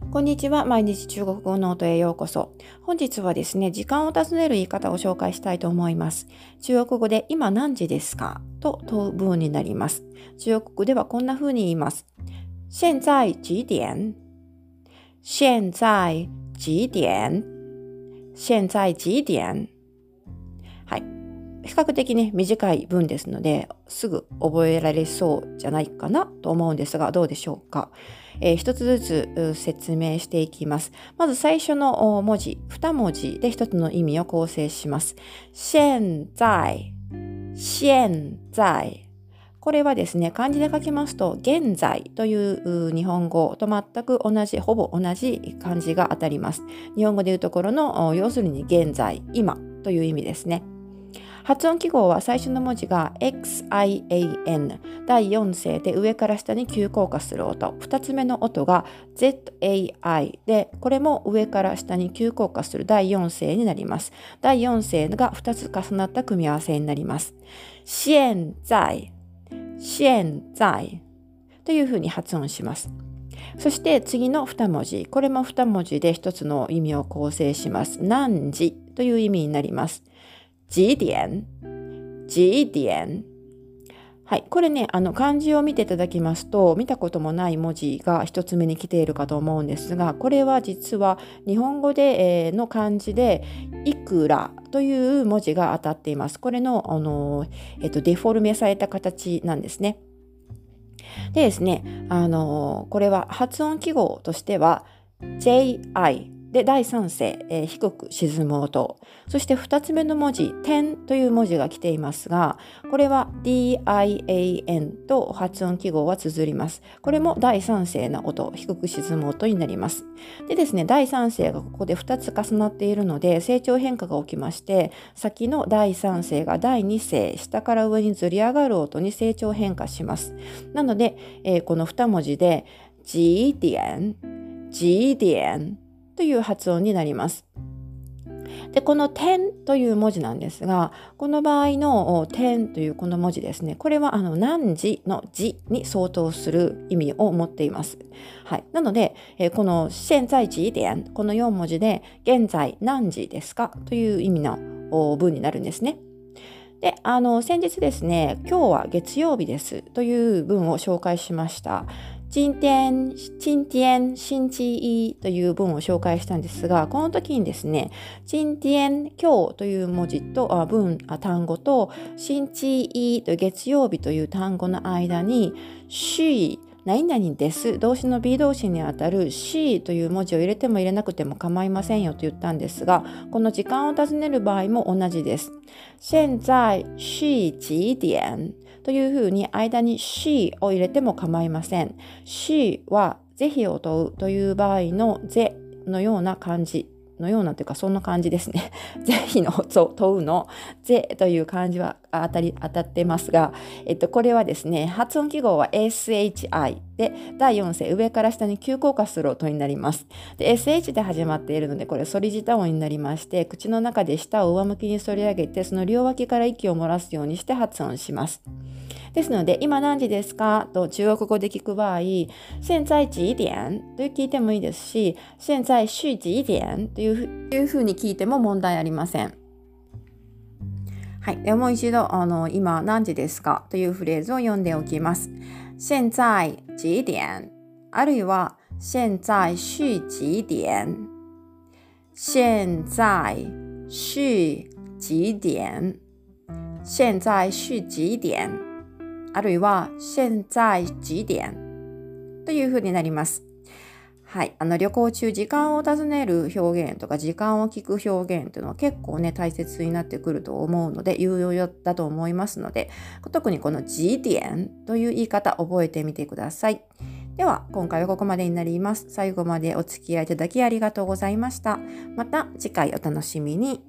こんにちは。毎日中国語ノートへようこそ。本日はですね、時間を尋ねる言い方を紹介したいと思います。中国語で今何時ですかと問う文になります。中国語ではこんな風に言います。現在几点？現在几点？現在几点？はい。比較的ね、短い文ですので、すぐ覚えられそうじゃないかなと思うんですが、どうでしょうか。一つずつ説明していきます。まず最初の文字、2文字で一つの意味を構成します。現在、現在。これはですね、漢字で書きますと、現在という日本語と全く同じ、ほぼ同じ漢字が当たります。日本語でいうところの、要するに現在、今という意味ですね。発音記号は最初の文字が XIAN 第4声で上から下に急降下する音、2つ目の音が ZAI でこれも上から下に急降下する第4声になります。第4声が2つ重なった組み合わせになります。現在、現在というふうに発音します。そして次の2文字、これも2文字で1つの意味を構成します。何時という意味になります。几点？几点？はい。これね、漢字を見ていただきますと、見たこともない文字が一つ目に来ているかと思うんですが、これは実は日本語で、の漢字で、いくらという文字が当たっています。これの、デフォルメされた形なんですね。でですね、これは発音記号としては、JI。で、第3声、低く沈む音。そして2つ目の文字、点という文字が来ていますが、これは DIAN と発音記号は綴ります。これも第3声の音、低く沈む音になります。でですね、第3声がここで2つ重なっているので、成長変化が起きまして、先の第3声が第2声、下から上にずり上がる音に成長変化します。なので、この2文字で、几点、几点、という発音になります。で、この点という文字なんですが、この場合の点というこの文字ですね、これは何時の時に相当する意味を持っています。はい。なので、この現在几点、この4文字で現在何時ですかという意味の文になるんですね。で、先日ですね、今日は月曜日ですという文を紹介しました。今天、星期一という文を紹介したんですが、この時にですね、今天、今日という文字と、単語と、星期一という月曜日という単語の間に、し、何々です。動詞の be 動詞にあたる she という文字を入れても入れなくても構いませんよと言ったんですが、この時間を尋ねる場合も同じです。現在是几点というふうに間に she を入れても構いません。she は是非を問うという場合の是のような漢字。のようなというかそんな感じですね。是非の問うの是という漢字は当たってますが、これはですね、発音記号は SHI で第4声上から下に急降下する音になります。で SH で始まっているのでこれ反り舌音になりまして、口の中で舌を上向きに反り上げてその両脇から息を漏らすようにして発音します。ですので、今何時ですかと中国語で聞く場合、現在几点と聞いてもいいですし、現在是几点というふうに聞いても問題ありません。はい。ではもう一度、今何時ですかというフレーズを読んでおきます。現在几点あるいは、現在是几点現在是几点現在是几点あるいは、現在几点というふうになります。はい。旅行中、時間を尋ねる表現とか、時間を聞く表現というのは結構ね、大切になってくると思うので、有用だと思いますので、特にこの几点という言い方、覚えてみてください。では、今回はここまでになります。最後までお付き合いいただきありがとうございました。また次回お楽しみに。